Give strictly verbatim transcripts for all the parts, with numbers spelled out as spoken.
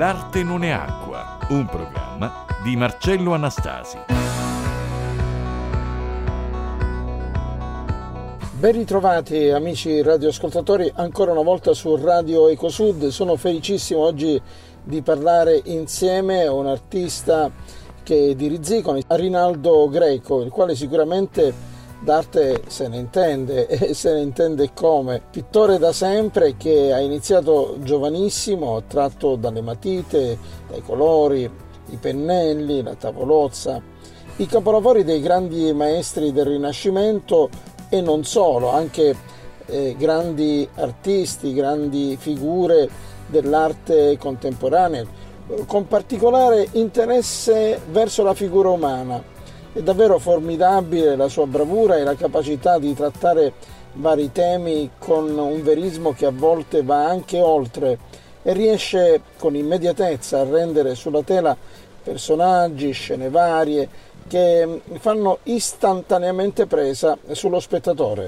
L'arte non è acqua, un programma di Marcello Anastasi. Ben ritrovati amici radioascoltatori, ancora una volta su Radio Ecosud. Sono felicissimo oggi di parlare insieme a un artista che è di Rizziconi, Rinaldo Greco, il quale sicuramente d'arte se ne intende e se ne intende come. Pittore da sempre che ha iniziato giovanissimo, attratto dalle matite, dai colori, i pennelli, la tavolozza, i capolavori dei grandi maestri del Rinascimento e non solo, anche eh, grandi artisti, grandi figure dell'arte contemporanea, con particolare interesse verso la figura umana. È davvero formidabile la sua bravura e la capacità di trattare vari temi con un verismo che a volte va anche oltre e riesce con immediatezza a rendere sulla tela personaggi, scene varie che fanno istantaneamente presa sullo spettatore.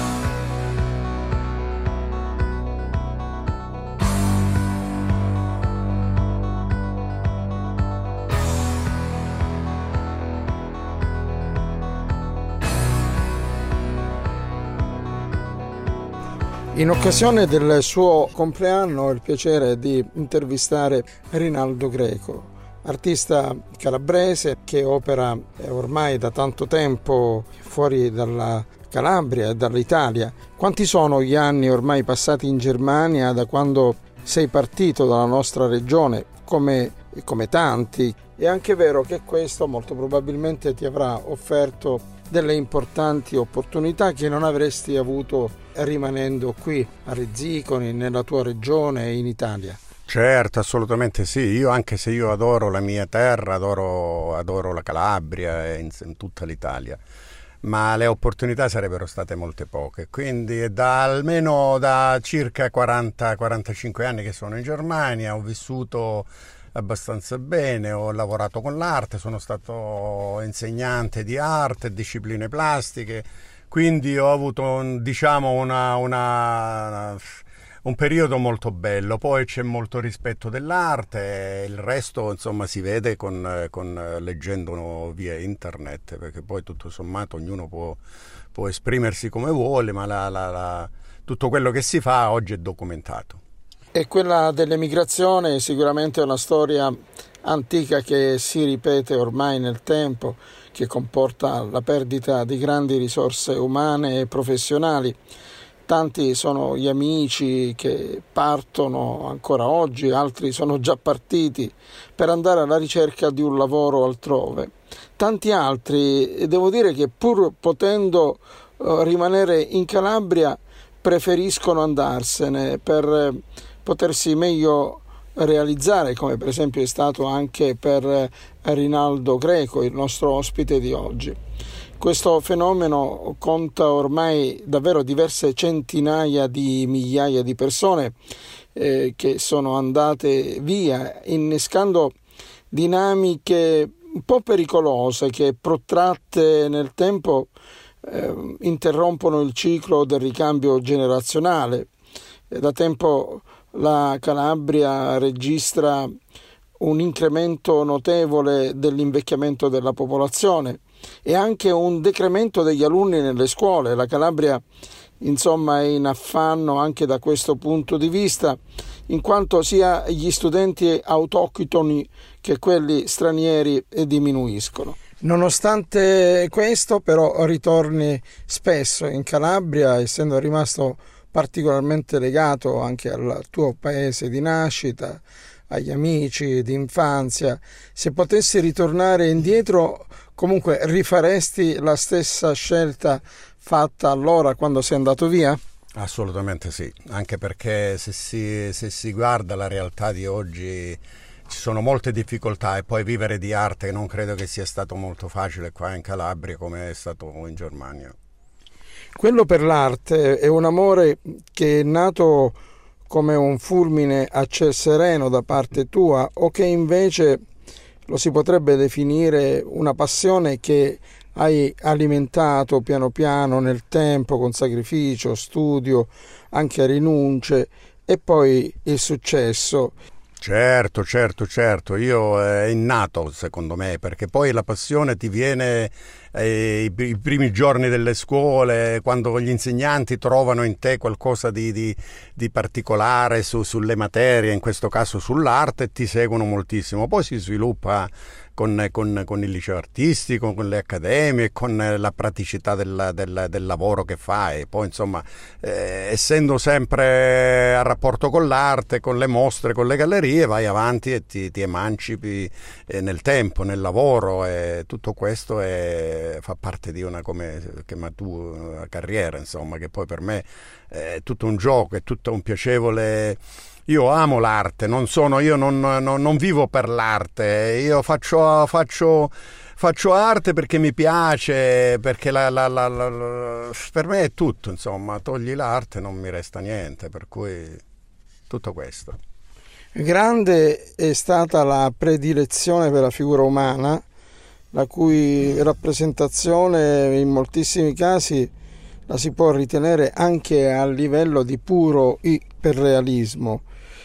In occasione del suo compleanno ho il piacere di intervistare Rinaldo Greco, artista calabrese che opera ormai da tanto tempo fuori dalla Calabria e dall'Italia. Quanti sono gli anni ormai passati in Germania da quando sei partito dalla nostra regione, come, come tanti? È anche vero che questo molto probabilmente ti avrà offerto delle importanti opportunità che non avresti avuto rimanendo qui a Rizziconi, nella tua regione e in Italia. Certo, assolutamente sì. Io, anche se io adoro la mia terra, adoro, adoro la Calabria e in, in tutta l'Italia, ma le opportunità sarebbero state molte poche. Quindi da almeno da circa quaranta quarantacinque anni che sono in Germania, ho vissuto abbastanza bene, ho lavorato con l'arte, sono stato insegnante di arte, discipline plastiche, quindi ho avuto un, diciamo una, una, un periodo molto bello. Poi c'è molto rispetto dell'arte, il resto insomma si vede con, con leggendo via internet, perché poi tutto sommato ognuno può, può esprimersi come vuole, ma la, la, la, tutto quello che si fa oggi è documentato. E quella dell'emigrazione è sicuramente una storia antica che si ripete ormai nel tempo, che comporta la perdita di grandi risorse umane e professionali. Tanti sono gli amici che partono ancora oggi, altri sono già partiti per andare alla ricerca di un lavoro altrove. Tanti altri, devo dire che pur potendo uh, rimanere in Calabria, preferiscono andarsene per potersi meglio realizzare, come per esempio è stato anche per Rinaldo Greco, il nostro ospite di oggi. Questo fenomeno conta ormai davvero diverse centinaia di migliaia di persone eh, che sono andate via, innescando dinamiche un po' pericolose che, protratte nel tempo, eh, interrompono il ciclo del ricambio generazionale. E da tempo la Calabria registra un incremento notevole dell'invecchiamento della popolazione e anche un decremento degli alunni nelle scuole. La Calabria, insomma, è in affanno anche da questo punto di vista, in quanto sia gli studenti autoctoni che quelli stranieri diminuiscono. Nonostante questo, però, ritorni spesso in Calabria, essendo rimasto particolarmente legato anche al tuo paese di nascita, agli amici di infanzia. Se potessi ritornare indietro, comunque rifaresti la stessa scelta fatta allora quando sei andato via? Assolutamente sì, anche perché se si, se si guarda la realtà di oggi ci sono molte difficoltà, e poi vivere di arte non credo che sia stato molto facile qua in Calabria come è stato in Germania. Quello per l'arte è un amore che è nato come un fulmine a ciel sereno da parte tua, o che invece lo si potrebbe definire una passione che hai alimentato piano piano nel tempo con sacrificio, studio, anche rinunce e poi il successo? Certo, certo, certo, io è innato secondo me, perché poi la passione ti viene eh, i, i primi giorni delle scuole, quando gli insegnanti trovano in te qualcosa di, di, di particolare su, sulle materie, in questo caso sull'arte, e ti seguono moltissimo. Poi si sviluppa con, con, con il liceo artistico, con le accademie, con la praticità del, del, del lavoro che fai. Poi insomma, eh, essendo sempre a rapporto con l'arte, con le mostre, con le gallerie, vai avanti e ti, ti emancipi eh, nel tempo, nel lavoro, e tutto questo è, fa parte di una, come chiama tu, una carriera, insomma, che poi per me è tutto un gioco, è tutto un piacevole. Io amo l'arte, non sono, io non, non, non vivo per l'arte, io faccio, faccio, faccio arte perché mi piace, perché la, la, la, la, per me è tutto, insomma, togli l'arte non mi resta niente, per cui tutto questo. Grande è stata la predilezione per la figura umana, la cui rappresentazione in moltissimi casi la si può ritenere anche a livello di puro iperrealismo.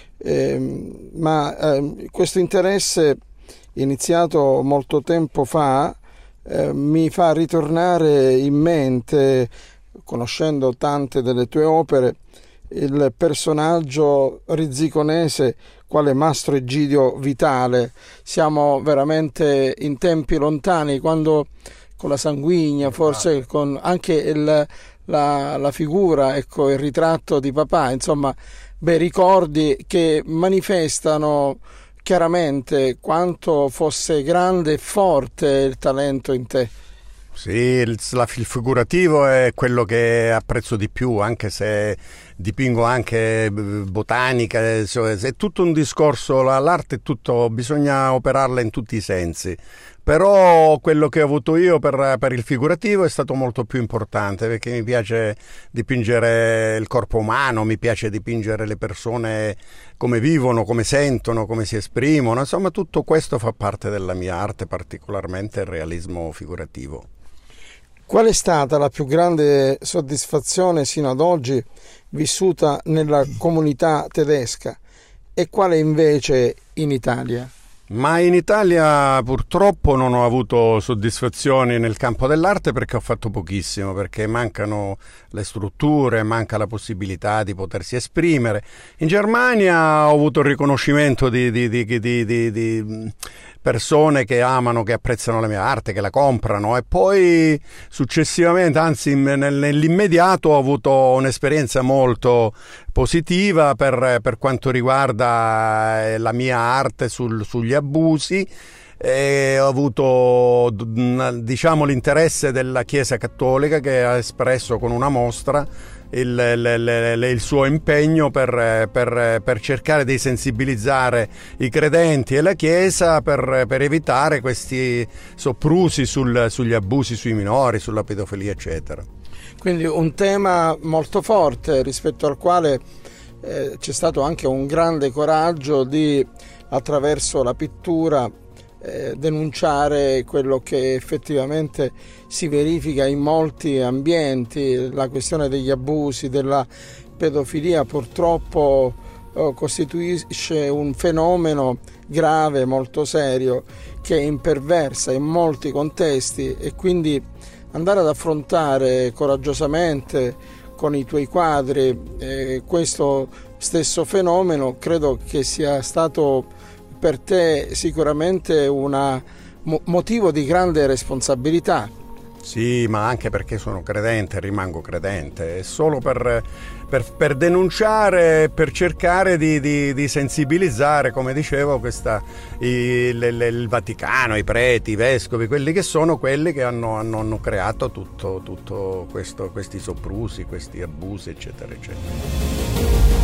Eh, ma eh, questo interesse, iniziato molto tempo fa, eh, mi fa ritornare in mente, conoscendo tante delle tue opere, il personaggio rizziconese quale Mastro Egidio Vitale. Siamo veramente in tempi lontani, quando con la sanguigna, forse con anche il, la, la figura, ecco, il ritratto di papà, insomma, beh, ricordi che manifestano chiaramente quanto fosse grande e forte il talento in te. Sì, il, la, il figurativo è quello che apprezzo di più, anche se dipingo anche botanica, è tutto un discorso, l'arte è tutto, bisogna operarla in tutti i sensi. Però quello che ho avuto io per, per il figurativo è stato molto più importante, perché mi piace dipingere il corpo umano, mi piace dipingere le persone come vivono, come sentono, come si esprimono, insomma tutto questo fa parte della mia arte, particolarmente il realismo figurativo. Qual è stata la più grande soddisfazione sino ad oggi vissuta nella comunità tedesca e quale invece in Italia? Ma in Italia purtroppo non ho avuto soddisfazioni nel campo dell'arte, perché ho fatto pochissimo, perché mancano le strutture, manca la possibilità di potersi esprimere. In Germania ho avuto il riconoscimento di, di, di, di, di, di persone che amano, che apprezzano la mia arte, che la comprano, e poi successivamente, anzi nell'immediato, ho avuto un'esperienza molto positiva per, per quanto riguarda la mia arte sul, sugli abusi. E ho avuto, diciamo, l'interesse della Chiesa Cattolica, che ha espresso con una mostra il, il, il suo impegno per, per, per cercare di sensibilizzare i credenti e la Chiesa per, per evitare questi soprusi sul, sugli abusi sui minori, sulla pedofilia, eccetera. Quindi un tema molto forte, rispetto al quale eh, c'è stato anche un grande coraggio di, attraverso la pittura, eh, denunciare quello che effettivamente si verifica in molti ambienti. La questione degli abusi, della pedofilia purtroppo eh, costituisce un fenomeno grave, molto serio, che imperversa in molti contesti, e quindi andare ad affrontare coraggiosamente con i tuoi quadri eh, questo stesso fenomeno credo che sia stato per te sicuramente un mo- motivo di grande responsabilità. Sì, ma anche perché sono credente, rimango credente, è solo per, per, per denunciare, per cercare di, di, di sensibilizzare, come dicevo, questa, il, il, il Vaticano, i preti, i vescovi, quelli che sono quelli che hanno, hanno, hanno creato tutto, tutto questo, questi soprusi, questi abusi, eccetera, eccetera.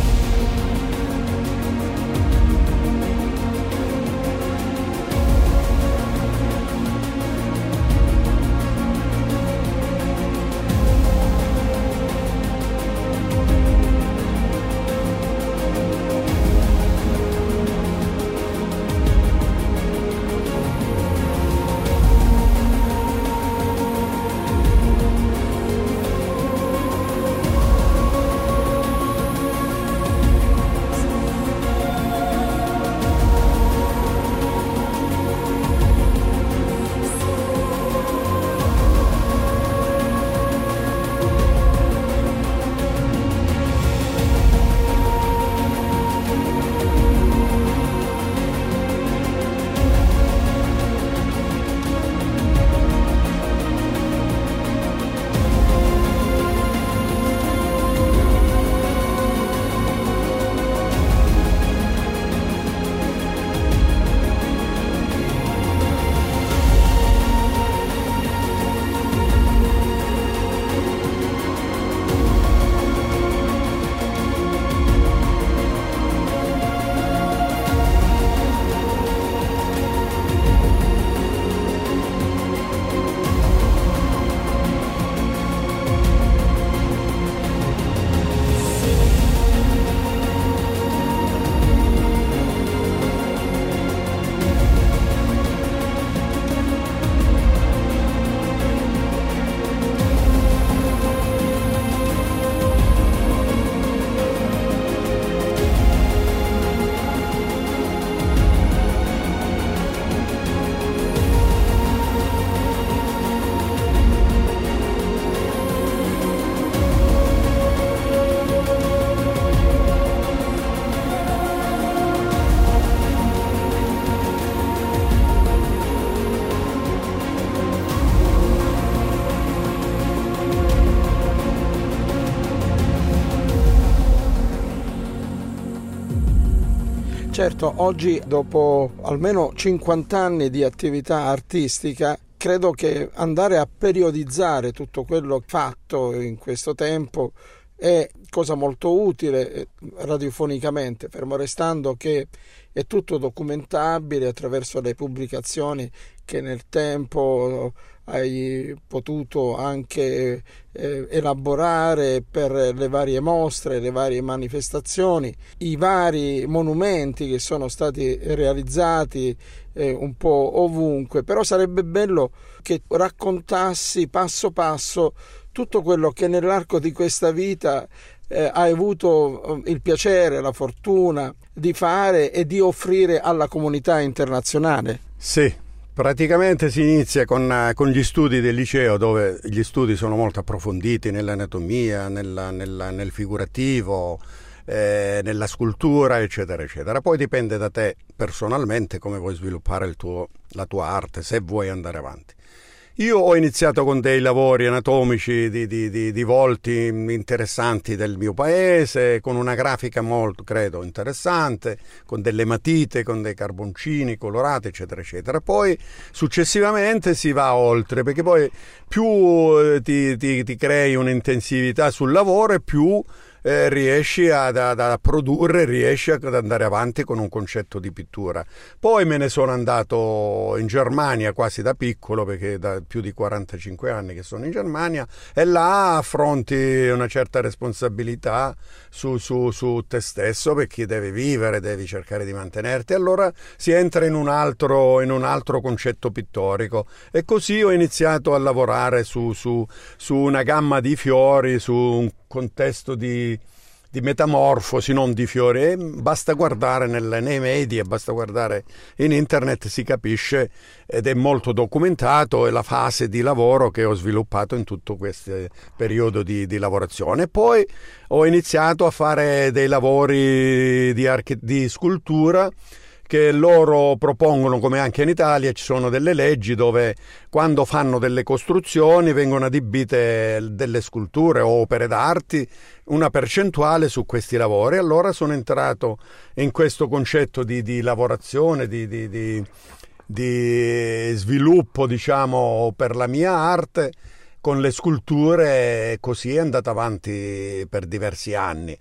Certo, oggi dopo almeno cinquanta anni di attività artistica, credo che andare a periodizzare tutto quello fatto in questo tempo è cosa molto utile radiofonicamente, fermo restando che è tutto documentabile attraverso le pubblicazioni che nel tempo hai potuto anche eh, elaborare per le varie mostre, le varie manifestazioni, i vari monumenti che sono stati realizzati eh, un po' ovunque, però sarebbe bello che raccontassi passo passo tutto quello che nell'arco di questa vita eh, hai avuto il piacere, la fortuna di fare e di offrire alla comunità internazionale. Sì, praticamente si inizia con, con gli studi del liceo, dove gli studi sono molto approfonditi nell'anatomia, nella, nella, nel figurativo, eh, nella scultura, eccetera, eccetera. Poi dipende da te personalmente come vuoi sviluppare il tuo, la tua arte, se vuoi andare avanti. Io ho iniziato con dei lavori anatomici di, di, di, di volti interessanti del mio paese, con una grafica molto, credo, interessante, con delle matite, con dei carboncini colorati, eccetera, eccetera. Poi successivamente si va oltre, perché poi più ti, ti, ti crei un'intensività sul lavoro e più Eh, riesci ad, ad, a produrre, riesci ad andare avanti con un concetto di pittura. Poi me ne sono andato in Germania quasi da piccolo, perché da più di quarantacinque anni che sono in Germania, e là affronti una certa responsabilità su, su, su te stesso, perché devi vivere, devi cercare di mantenerti, allora si entra in un altro, in un altro concetto pittorico, e così ho iniziato a lavorare su, su, su una gamma di fiori, su un contesto di, di metamorfosi, non di fiori, e basta guardare nel, nei media, basta guardare in internet, si capisce, ed è molto documentato, è la fase di lavoro che ho sviluppato in tutto questo periodo di, di lavorazione. Poi ho iniziato a fare dei lavori di, archi- di scultura, che loro propongono, come anche in Italia ci sono delle leggi dove quando fanno delle costruzioni vengono adibite delle sculture o opere d'arte, una percentuale su questi lavori. Allora sono entrato in questo concetto di, di lavorazione, di, di, di, di sviluppo, diciamo, per la mia arte con le sculture, e così è andata avanti per diversi anni.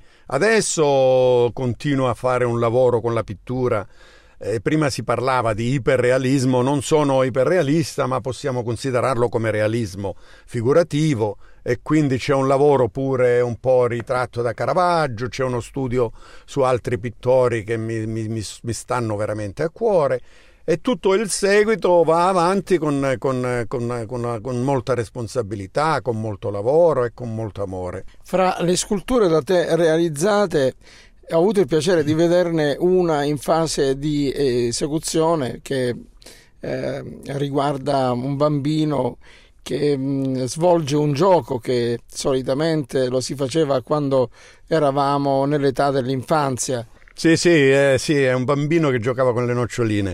Adesso continuo a fare un lavoro con la pittura. Eh, prima si parlava di iperrealismo, non sono iperrealista, ma possiamo considerarlo come realismo figurativo, e quindi c'è un lavoro pure un po' ritratto da Caravaggio, c'è uno studio su altri pittori che mi, mi, mi stanno veramente a cuore, e tutto il seguito va avanti con, con, con, con, con molta responsabilità, con molto lavoro e con molto amore. Fra le sculture da te realizzate, ho avuto il piacere di vederne una in fase di esecuzione che eh, riguarda un bambino che mh, svolge un gioco che solitamente lo si faceva quando eravamo nell'età dell'infanzia. Sì, sì, eh, sì, è un bambino che giocava con le noccioline.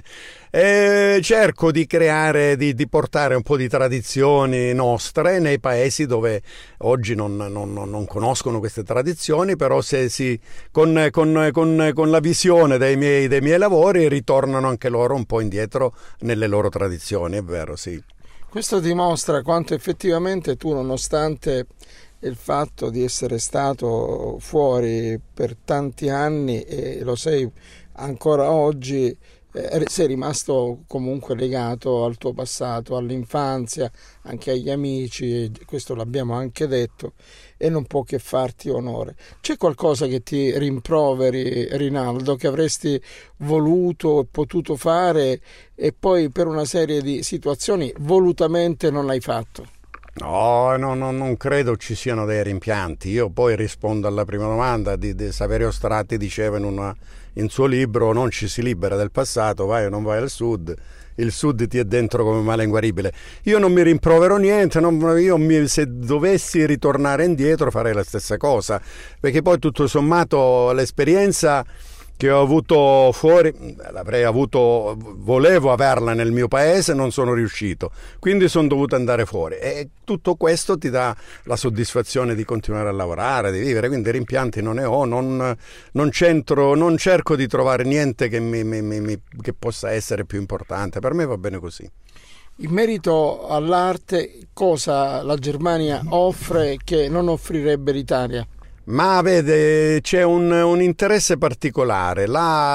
E cerco di creare, di, di portare un po' di tradizioni nostre nei paesi dove oggi non, non, non conoscono queste tradizioni, però se si, con, con, con, con la visione dei miei, dei miei lavori ritornano anche loro un po' indietro nelle loro tradizioni, è vero, sì. Questo dimostra quanto effettivamente tu, nonostante il fatto di essere stato fuori per tanti anni, e lo sei ancora oggi, eh, sei rimasto comunque legato al tuo passato, all'infanzia, anche agli amici, questo l'abbiamo anche detto, e non può che farti onore. C'è qualcosa che ti rimproveri, Rinaldo, che avresti voluto e potuto fare e poi per una serie di situazioni volutamente non hai fatto? No, no, no, non credo ci siano dei rimpianti. Io poi rispondo alla prima domanda. Di, di Saverio Stratti diceva in, una, in suo libro: non ci si libera del passato, vai o non vai al sud, il sud ti è dentro come male inguaribile. Io non mi rimprovero niente, non, io mi, se dovessi ritornare indietro farei la stessa cosa, perché poi tutto sommato l'esperienza che ho avuto fuori, l'avrei avuto, volevo averla nel mio paese, non sono riuscito, quindi sono dovuto andare fuori, e tutto questo ti dà la soddisfazione di continuare a lavorare, di vivere, quindi rimpianti non ne ho, non, non, centro, non cerco di trovare niente che, mi, mi, mi, che possa essere più importante, per me va bene così. In merito all'arte, cosa la Germania offre che non offrirebbe l'Italia? Ma vede, c'è un, un interesse particolare.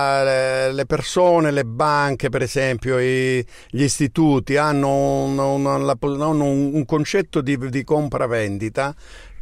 Là, le persone, le banche, per esempio, i, gli istituti hanno un, un, hanno un concetto di, di compravendita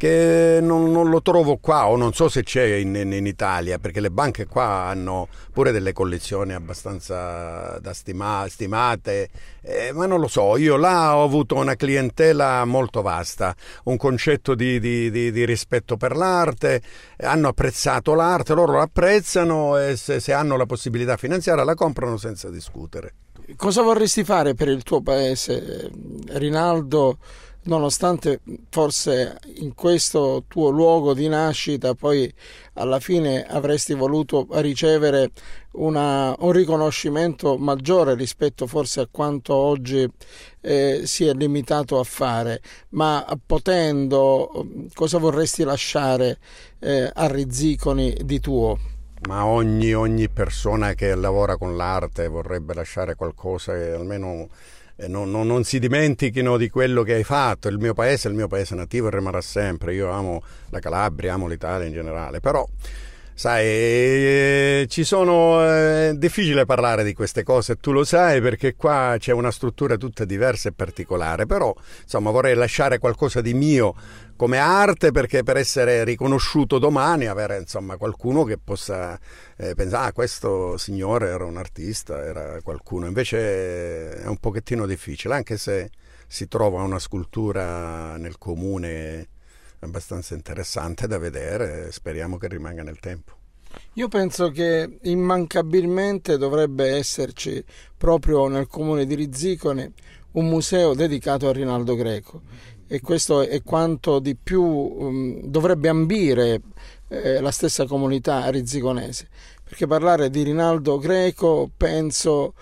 che non, non lo trovo qua, o non so se c'è in, in, in Italia, perché le banche qua hanno pure delle collezioni abbastanza da stima, stimate, eh, ma non lo so, io là ho avuto una clientela molto vasta, un concetto di, di, di, di rispetto per l'arte, hanno apprezzato l'arte, loro la apprezzano e se, se hanno la possibilità finanziaria la comprano senza discutere. Cosa vorresti fare per il tuo paese, Rinaldo? Nonostante forse in questo tuo luogo di nascita poi alla fine avresti voluto ricevere una, un riconoscimento maggiore rispetto forse a quanto oggi eh, si è limitato a fare, ma potendo, cosa vorresti lasciare eh, a Rizziconi di tuo? Ma ogni, ogni persona che lavora con l'arte vorrebbe lasciare qualcosa che almeno Non, non, non si dimentichino di quello che hai fatto. Il mio paese è il mio paese nativo e rimarrà sempre. Io amo la Calabria, amo l'Italia in generale, però sai, eh, ci sono è difficile parlare di queste cose, tu lo sai, perché qua c'è una struttura tutta diversa e particolare, però insomma vorrei lasciare qualcosa di mio come arte, perché per essere riconosciuto domani, avere insomma qualcuno che possa eh, pensare, ah, questo signore era un artista, era qualcuno. Invece è un pochettino difficile, anche se si trova una scultura nel comune abbastanza interessante da vedere, speriamo che rimanga nel tempo. Io penso che immancabilmente dovrebbe esserci proprio nel comune di Rizziconi un museo dedicato a Rinaldo Greco, e questo è quanto di più um, dovrebbe ambire eh, la stessa comunità rizziconese, perché parlare di Rinaldo Greco penso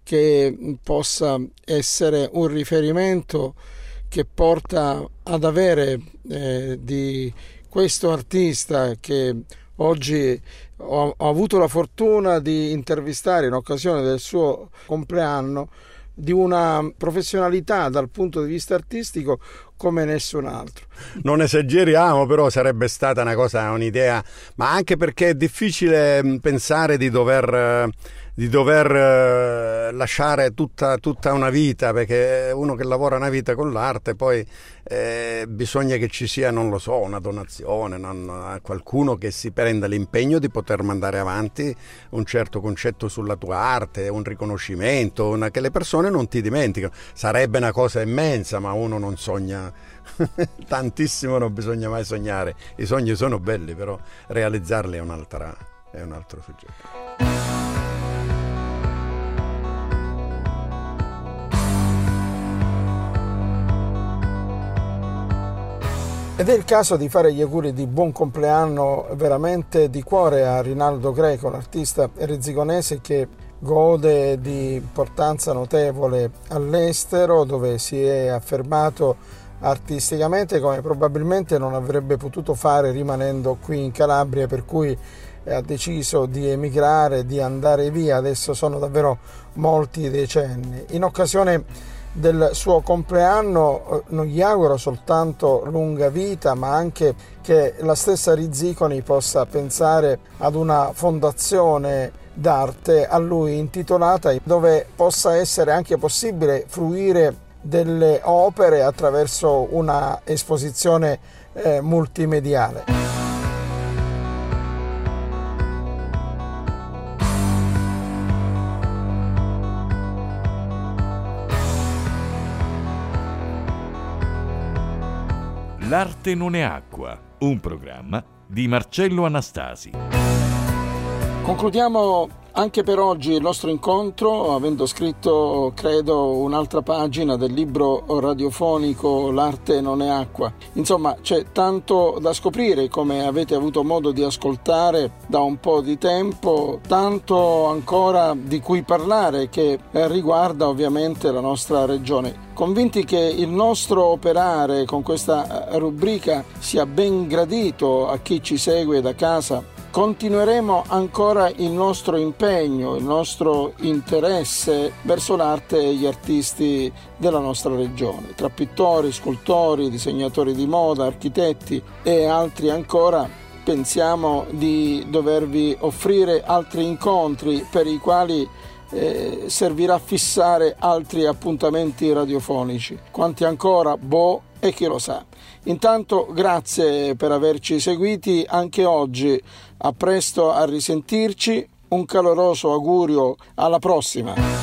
che possa essere un riferimento che porta ad avere eh, di questo artista che oggi ho, ho avuto la fortuna di intervistare in occasione del suo compleanno, di una professionalità dal punto di vista artistico come nessun altro. Non esageriamo, però sarebbe stata una cosa, un'idea, ma anche perché è difficile pensare di dover di dover lasciare tutta, tutta una vita, perché uno che lavora una vita con l'arte poi eh, bisogna che ci sia, non lo so, una donazione, non, qualcuno che si prenda l'impegno di poter mandare avanti un certo concetto sulla tua arte, un riconoscimento, una, che le persone non ti dimenticano. Sarebbe una cosa immensa, ma uno non sogna tantissimo, non bisogna mai sognare. I sogni sono belli, però realizzarli è un'altra, è un altro soggetto. Ed è il caso di fare gli auguri di buon compleanno veramente di cuore a Rinaldo Greco, l'artista rizziconese che gode di importanza notevole all'estero, dove si è affermato artisticamente come probabilmente non avrebbe potuto fare rimanendo qui in Calabria, per cui ha deciso di emigrare, di andare via. Adesso sono davvero molti decenni. In occasione del suo compleanno non gli auguro soltanto lunga vita, ma anche che la stessa Rizziconi possa pensare ad una fondazione d'arte a lui intitolata, dove possa essere anche possibile fruire delle opere attraverso una esposizione eh, multimediale. L'arte non è acqua, un programma di Marcello Anastasi. Concludiamo anche per oggi il nostro incontro, avendo scritto, credo, un'altra pagina del libro radiofonico L'arte non è acqua. Insomma, c'è tanto da scoprire, come avete avuto modo di ascoltare da un po' di tempo, tanto ancora di cui parlare che riguarda ovviamente la nostra regione. Convinti che il nostro operare con questa rubrica sia ben gradito a chi ci segue da casa, continueremo ancora il nostro impegno, il nostro interesse verso l'arte e gli artisti della nostra regione, tra pittori, scultori, disegnatori di moda, architetti e altri ancora. Pensiamo di dovervi offrire altri incontri per i quali eh, servirà fissare altri appuntamenti radiofonici. Quanti ancora? Boh, e chi lo sa. Intanto grazie per averci seguiti anche oggi. A presto, a risentirci, un caloroso augurio, alla prossima.